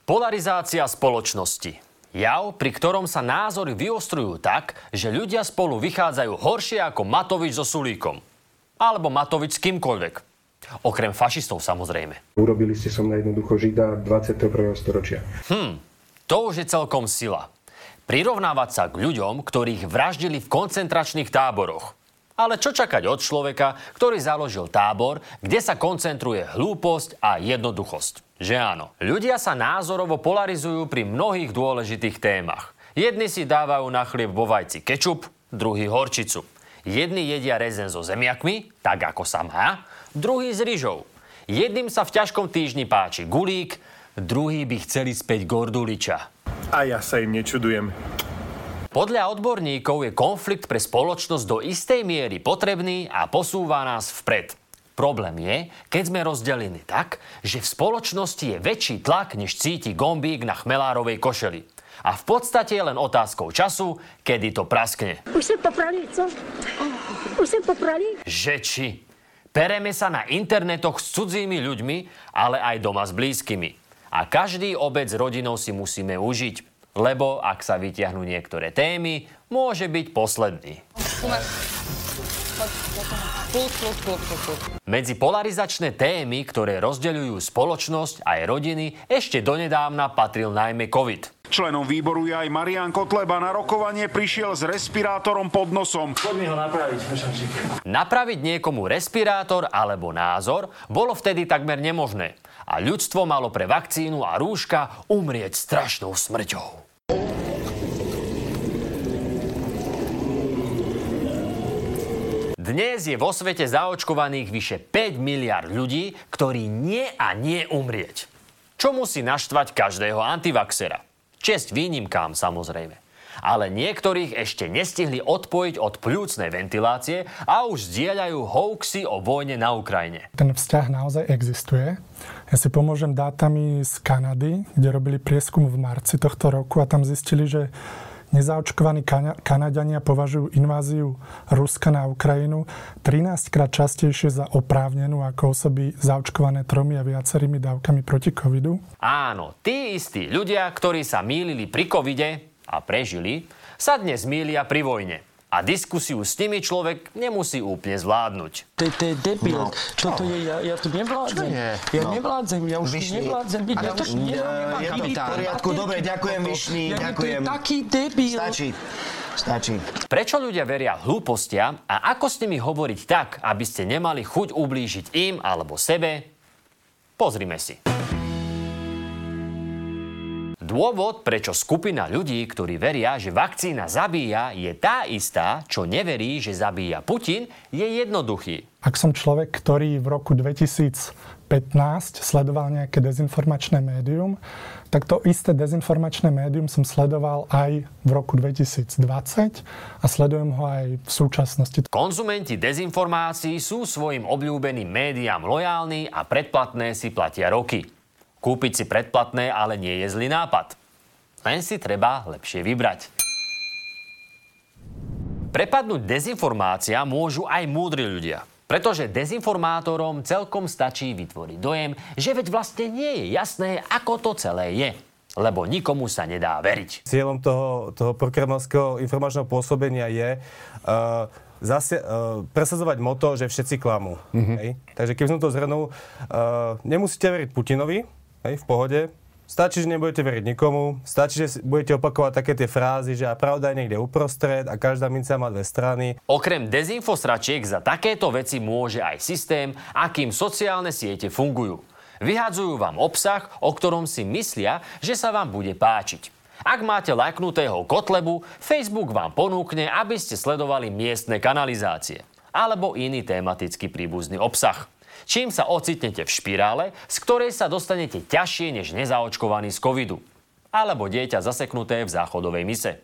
Polarizácia spoločnosti. Jav, pri ktorom sa názory vyostrujú tak, že ľudia spolu vychádzajú horšie ako Matovič so Sulíkom. Alebo Matovič s kýmkoľvek. Okrem fašistov, samozrejme. Urobili ste so mňa jednoducho Žida 21. storočia. To už je celkom sila. Prirovnávať sa k ľuďom, ktorých vraždili v koncentračných táboroch. Ale čo čakať od človeka, ktorý založil tábor, kde sa koncentruje hlúposť a jednoduchosť? Že áno. Ľudia sa názorovo polarizujú pri mnohých dôležitých témach. Jedni si dávajú na chlieb vo vajci kečup, druhý horčicu. Jedni jedia rezen so zemiakmi, tak ako sa má, druhý s ryžou. Jedným sa v ťažkom týždni páči gulík, druhý by chceli späť gorduliča. A ja sa im nečudujem. Podľa odborníkov je konflikt pre spoločnosť do istej miery potrebný a posúva nás vpred. Problém je, keď sme rozdelení tak, že v spoločnosti je väčší tlak, než cíti gombík na chmelárovej košeli. A v podstate je len otázkou času, kedy to praskne. Už sa poprali, co? Už sa poprali? Že či? Pereme sa na internetoch s cudzími ľuďmi, ale aj doma s blízkymi. A každý obed s rodinou si musíme užiť. Lebo ak sa vytiahnu niektoré témy, môže byť posledný. Medzi polarizačné témy, ktoré rozdeľujú spoločnosť aj rodiny, ešte donedávna patril najmä COVID. Členom výboru je aj Marián Kotleba. Na rokovanie prišiel s respirátorom pod nosom. Poďme ho napraviť. Napraviť niekomu respirátor alebo názor bolo vtedy takmer nemožné. A ľudstvo malo pre vakcínu a rúška umrieť strašnou smrťou. Dnes je vo svete zaočkovaných vyše 5 miliard ľudí, ktorí nie a nie umrieť. Čo musí naštvať každého antivaxera? Česť výnimkám, samozrejme. Ale niektorých ešte nestihli odpojiť od pľúcnej ventilácie a už zdieľajú hoaxy o vojne na Ukrajine. Ten vzťah naozaj existuje. Ja si pomôžem dátami z Kanady, kde robili prieskum v marci tohto roku a tam zistili, že nezaočkovaní Kanaďania považujú inváziu Ruska na Ukrajinu 13-krát častejšie za oprávnenú ako osoby zaočkované 3 a viacerými dávkami proti covidu. Áno, tí istí ľudia, ktorí sa mýlili pri covide a prežili, sa dnes mýlia pri vojne. A diskusiu s nimi človek nemusí úplne zvládnuť. To je debil. Toto je, ja tu nevládzem. Ja nevládzem, ja už nevládzem byť. Ja to nemám v poriadku, dobre, ďakujem, Vyšný, ďakujem. To je taký debil. Stačí. Prečo ľudia veria hlúpostiam a ako s nimi hovoriť tak, aby ste nemali chuť ublížiť im alebo sebe? Pozrime si. Dôvod, prečo skupina ľudí, ktorí veria, že vakcína zabíja, je tá istá, čo neverí, že zabíja Putin, je jednoduchý. Ak som človek, ktorý v roku 2015 sledoval nejaké dezinformačné médium, tak to isté dezinformačné médium som sledoval aj v roku 2020 a sledujem ho aj v súčasnosti. Konzumenti dezinformácií sú svojim obľúbeným médiám lojálni a predplatné si platia roky. Kúpiť si predplatné ale nie je zlý nápad. Len si treba lepšie vybrať. Prepadnúť dezinformácia môžu aj múdri ľudia. Pretože dezinformátorom celkom stačí vytvoriť dojem, že veď vlastne nie je jasné, ako to celé je. Lebo nikomu sa nedá veriť. Cieľom toho prokremelského informačného pôsobenia je presadzovať motto, že všetci klamú. Hej? Takže keby som to zhrnul, nemusíte veriť Putinovi, hej, v pohode. Stačí, že nebudete veriť nikomu. Stačí, že budete opakovať také tie frázy, že pravda je niekde uprostred a každá minca má dve strany. Okrem dezinfosračiek za takéto veci môže aj systém, akým sociálne siete fungujú. Vyhadzujú vám obsah, o ktorom si myslia, že sa vám bude páčiť. Ak máte lajknutého Kotlebu, Facebook vám ponúkne, aby ste sledovali miestne kanalizácie alebo iný tematicky príbuzný obsah. Čím sa ocitnete v špirále, z ktorej sa dostanete ťažšie než nezaočkovaný z covidu. Alebo dieťa zaseknuté v záchodovej mise.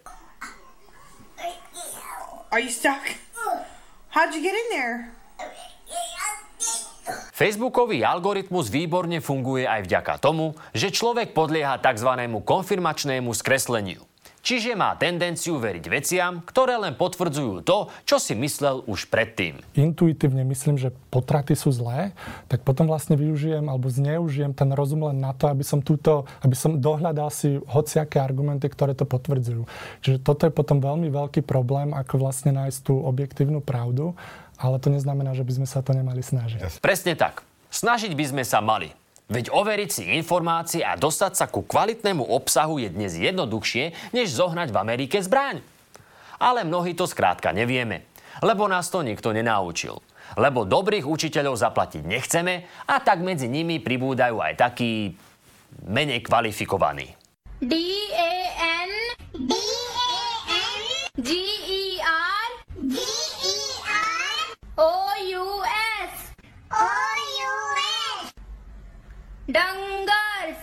Are you stuck? How'd you get in there? Facebookový algoritmus výborne funguje aj vďaka tomu, že človek podlieha tzv. Konfirmačnému skresleniu. Čiže má tendenciu veriť veciam, ktoré len potvrdzujú to, čo si myslel už predtým. Intuitívne myslím, že potraty sú zlé, tak potom vlastne využijem alebo zneužijem ten rozum len na to, aby som dohľadal si hociaké argumenty, ktoré to potvrdzujú. Čiže toto je potom veľmi veľký problém, ako vlastne nájsť tú objektívnu pravdu, ale to neznamená, že by sme sa to nemali snažiť. Presne tak. Snažiť by sme sa mali. Veď overiť si informácie a dostať sa ku kvalitnému obsahu je dnes jednoduchšie, než zohnať v Amerike zbraň. Ale mnohí to skrátka nevieme, lebo nás to nikto nenaučil. Lebo dobrých učiteľov zaplatiť nechceme a tak medzi nimi pribúdajú aj takí menej kvalifikovaní. D-A-N G-E-R O-U-S Dangers.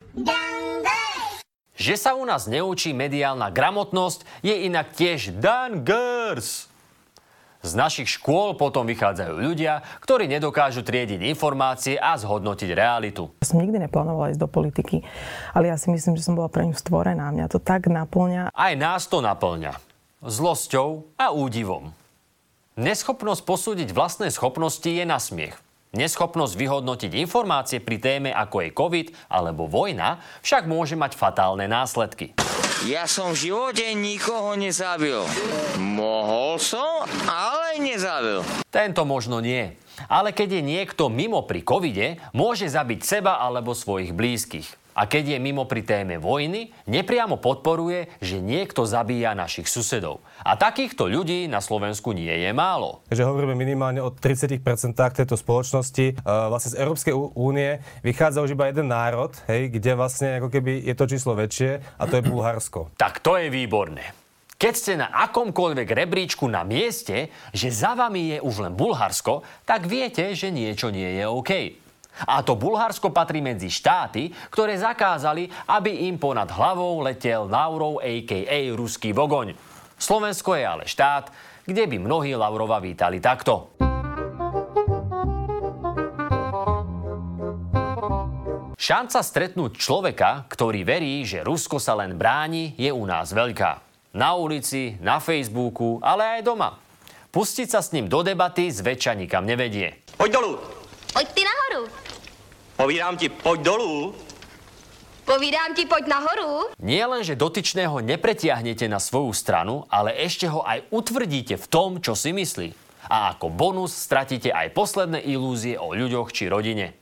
Že sa u nás neučí mediálna gramotnosť, je inak tiež dangers. Z našich škôl potom vychádzajú ľudia, ktorí nedokážu triediť informácie a zhodnotiť realitu. Ja som nikdy neplánovala ísť do politiky, ale ja si myslím, že som bola pre ňu stvorená. Mňa to tak naplňa. Aj nás to naplňa. Zlosťou a údivom. Neschopnosť posúdiť vlastné schopnosti je na smiech. Neschopnosť vyhodnotiť informácie pri téme ako je COVID alebo vojna však môže mať fatálne následky. Ja som v živote nikoho nezabil. Mohol som, ale nezabil. Tento možno nie. Ale keď je niekto mimo pri covide, môže zabiť seba alebo svojich blízkych. A keď je mimo pri téme vojny, nepriamo podporuje, že niekto zabíja našich susedov. A takýchto ľudí na Slovensku nie je málo. Takže hovoríme minimálne o 30% tejto spoločnosti. Vlastne z Európskej únie vychádza už iba jeden národ, kde vlastne ako keby je to číslo väčšie, a to je Bulharsko. Tak to je výborné. Keď ste na akomkoľvek rebríčku na mieste, že za vami je už len Bulharsko, tak viete, že niečo nie je OK. A to Bulharsko patrí medzi štáty, ktoré zakázali, aby im ponad hlavou letel Lavrov a.k.a. ruský vogoň. Slovensko je ale štát, kde by mnohí Lavrova vítali takto. Šanca stretnúť človeka, ktorý verí, že Rusko sa len bráni, je u nás veľká. Na ulici, na Facebooku, ale aj doma. Pustiť sa s ním do debaty zväčša nikam nevedie. Poď dolu! Poď ty nahoru. Povídám ti, poď dolu. Povídám ti, poď nahoru. Nie len, že dotyčného nepretiahnete na svoju stranu, ale ešte ho aj utvrdíte v tom, čo si myslí. A ako bonus stratíte aj posledné ilúzie o ľuďoch či rodine.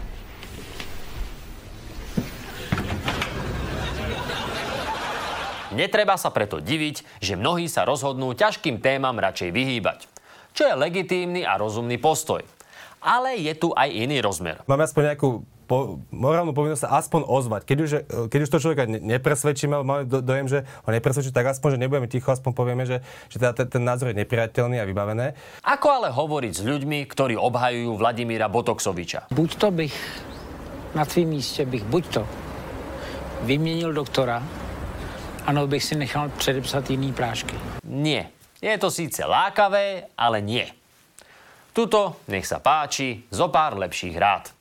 Netreba sa preto diviť, že mnohí sa rozhodnú ťažkým témam radšej vyhýbať. Čo je legitímny a rozumný postoj. Ale je tu aj iný rozmer. Máme aspoň nejakú morálnu povinnosť sa aspoň ozvať. Keď už to človeka nepresvedčíme, máme dojem, že ho nepresvedčí, tak aspoň, že nebudeme ticho, aspoň povieme, že ten názor je nepriateľný a vybavené. Ako ale hovoriť s ľuďmi, ktorí obhajujú Vladimíra Botoxoviča? Buď to bych na tvým místě buď to vyměnil doktora, ano bych si nechal předepsat jiný prášky. Nie. Je to síce lákavé, ale nie. Tuto, nech sa páči, zo pár lepších rád.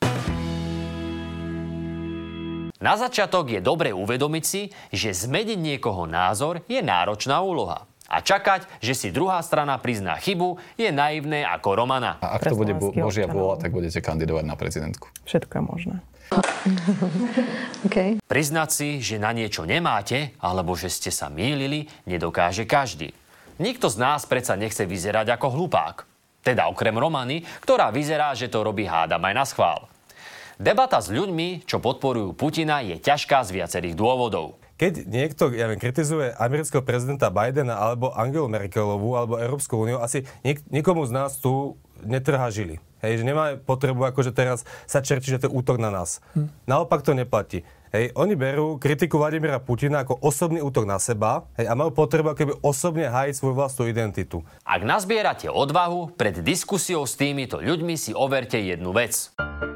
Na začiatok je dobre uvedomiť si, že zmeniť niekoho názor je náročná úloha. A čakať, že si druhá strana prizná chybu, je naivné ako Romana. A ak to bude Božia vôľa, tak budete kandidovať na prezidentku. Všetko je možné. Okay. Priznať si, že na niečo nemáte, alebo že ste sa mýlili, nedokáže každý. Nikto z nás predsa nechce vyzerať ako hlupák. Teda okrem Romany, ktorá vyzerá, že to robí hádam aj na schvál. Debata s ľuďmi, čo podporujú Putina, je ťažká z viacerých dôvodov. Keď niekto, kritizuje amerického prezidenta Bidena alebo Angelu Merkelovú alebo Európsku úniu, asi nikomu z nás tu netrhá žily. Hej, že nemá potrebu akože teraz sa čertiť, že to je útok na nás. Naopak to neplatí. Hej, oni berú kritiku Vladimíra Putina ako osobný útok na seba, a majú potrebu akoby osobne hájiť svoju vlastnú identitu. Ak nazbierate odvahu, pred diskusiou s týmito ľuďmi si overte jednu vec.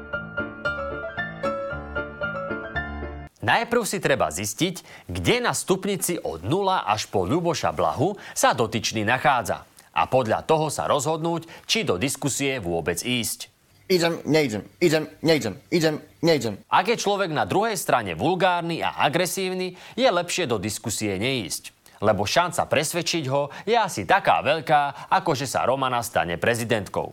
Najprv si treba zistiť, kde na stupnici od 0 až po Ľuboša Blahu sa dotyčný nachádza. A podľa toho sa rozhodnúť, či do diskusie vôbec ísť. Nejdem. Ak je človek na druhej strane vulgárny a agresívny, je lepšie do diskusie neísť. Lebo šanca presvedčiť ho je asi taká veľká, ako že sa Romana stane prezidentkou.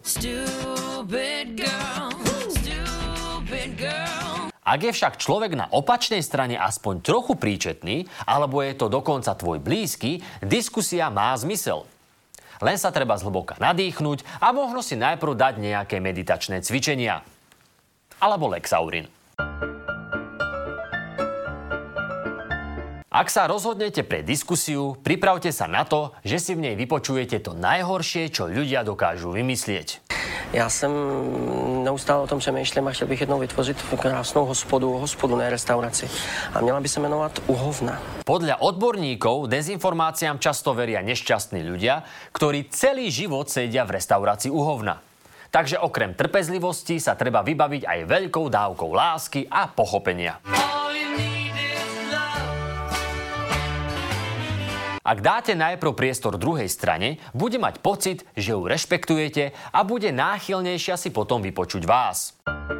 Ak je však človek na opačnej strane aspoň trochu príčetný, alebo je to dokonca tvoj blízky, diskusia má zmysel. Len sa treba zhlboka nadýchnuť a možno si najprv dať nejaké meditačné cvičenia. Alebo Lexaurin. Ak sa rozhodnete pre diskusiu, pripravte sa na to, že si v nej vypočujete to najhoršie, čo ľudia dokážu vymyslieť. Já jsem neustále o tom přemýšlím a chtěl bych jednou vytvořit krásnou hospodu, ne restauraci. A měla by se jmenovat Uhovna. Podľa odborníkov dezinformáciám často veria nešťastní ľudia, ktorí celý život sedia v reštaurácii Uhovna. Takže okrem trpezlivosti sa treba vybaviť aj veľkou dávkou lásky a pochopenia. Ak dáte najprv priestor druhej strane, bude mať pocit, že ju rešpektujete a bude náchylnejšia si potom vypočuť vás.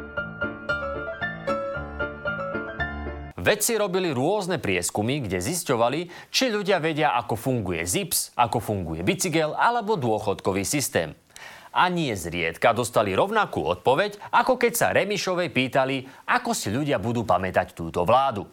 Vedci robili rôzne prieskumy, kde zisťovali, či ľudia vedia, ako funguje ZIPS, ako funguje bicykel alebo dôchodkový systém. A nie zriedka dostali rovnakú odpoveď, ako keď sa Remišovej pýtali, ako si ľudia budú pamätať túto vládu.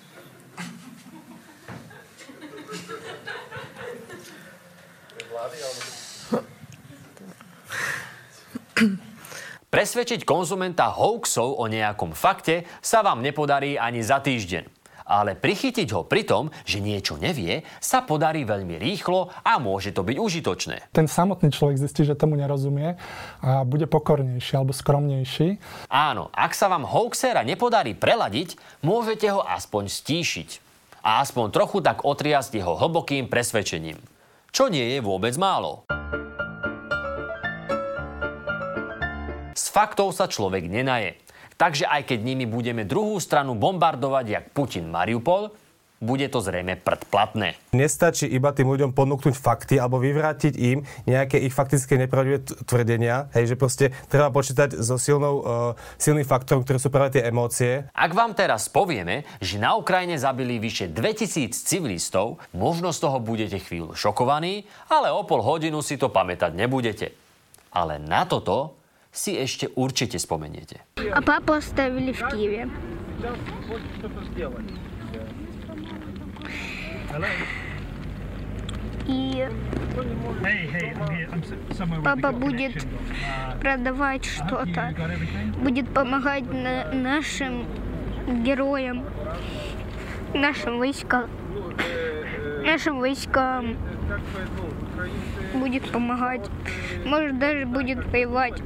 Presvedčiť konzumenta hoaxov o nejakom fakte sa vám nepodarí ani za týždeň. Ale prichytiť ho pri tom, že niečo nevie, sa podarí veľmi rýchlo a môže to byť užitočné. Ten samotný človek zistí, že tomu nerozumie a bude pokornejší alebo skromnejší. Áno, ak sa vám hoaxera nepodarí preladiť, môžete ho aspoň stíšiť. A aspoň trochu tak otriasť jeho hlbokým presvedčením. Čo nie je vôbec málo. Z faktov sa človek nenaje. Takže aj keď nimi budeme druhú stranu bombardovať jak Putin Mariupol, bude to zrejme platné. Nestačí iba tým ľuďom ponúknuť fakty alebo vyvrátiť im nejaké ich faktické nepravdivé tvrdenia. Hej, že proste treba počítať so silným faktorom, ktoré sú práve tie emócie. Ak vám teraz povieme, že na Ukrajine zabili vyše 2000 civilistov, možno z toho budete chvíľu šokovaní, ale o pol hodinu si to pamätať nebudete. Ale na toto si ešte určite spomeniete. A папу оставили в Киеве. И папа будет продавать что-то, будет помогать нашим героям, нашим войскам будет помогать, может даже будет воевать.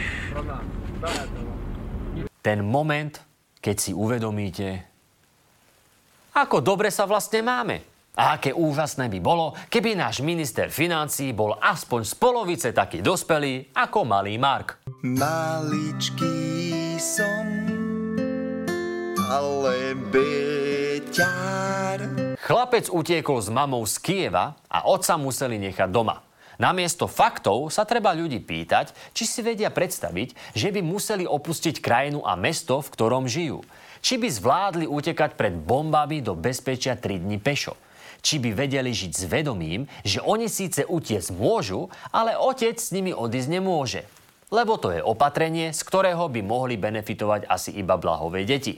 Ten moment, keď si uvedomíte, ako dobre sa vlastne máme. A aké úžasné by bolo, keby náš minister financií bol aspoň z polovice taký dospelý ako malý Mark. Maličký som, ale beťar. Chlapec utiekol s mamou z Kieva a otca museli nechať doma. Namiesto faktov sa treba ľudí pýtať, či si vedia predstaviť, že by museli opustiť krajinu a mesto, v ktorom žijú. Či by zvládli utekať pred bombami do bezpečia 3 dni pešo. Či by vedeli žiť s vedomím, že oni síce utiecť môžu, ale otec s nimi odísť nemôže. Lebo to je opatrenie, z ktorého by mohli benefitovať asi iba blahové deti.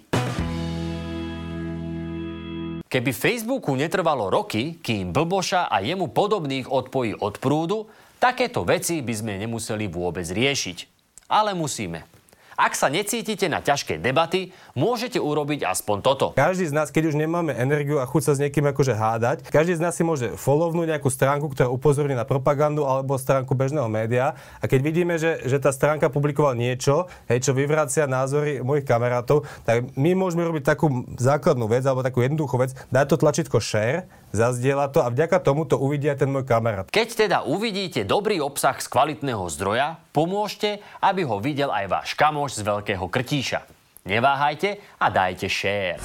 Keby Facebooku netrvalo roky, kým blboša a jemu podobných odpojí od prúdu, takéto veci by sme nemuseli vôbec riešiť. Ale musíme. Ak sa necítite na ťažké debaty, môžete urobiť aspoň toto. Každý z nás, keď už nemáme energiu a chuť sa s niekým akože hádať, každý z nás si môže follownúť nejakú stránku, ktorá upozorní na propagandu alebo stránku bežného média. A keď vidíme, že tá stránka publikovala niečo, čo vyvracia názory mojich kamarátov, tak my môžeme robiť takú základnú vec alebo takú jednoduchú vec, dať to tlačítko share, zazdieľa to a vďaka tomu to uvidia ten môj kamarát. Keď teda uvidíte dobrý obsah z kvalitného zdroja, pomôžte, aby ho videl aj váš kamoš z Veľkého Krtíša. Neváhajte a dajte share.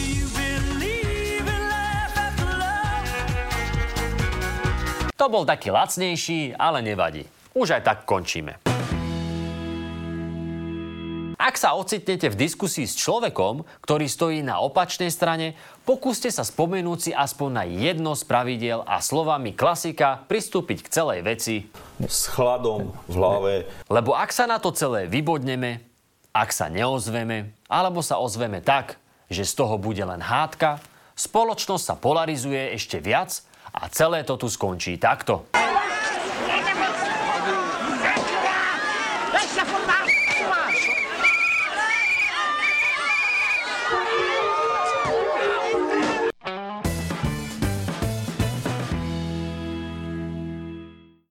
To bol taký lacnejší, ale nevadí. Už aj tak končíme. Ak sa ocitnete v diskusii s človekom, ktorý stojí na opačnej strane, pokúste sa spomenúť si aspoň na jedno z pravidiel a slovami klasika pristúpiť k celej veci s chladom v hlave. Lebo ak sa na to celé vybodneme, ak sa neozveme, alebo sa ozveme tak, že z toho bude len hádka, spoločnosť sa polarizuje ešte viac a celé to tu skončí takto.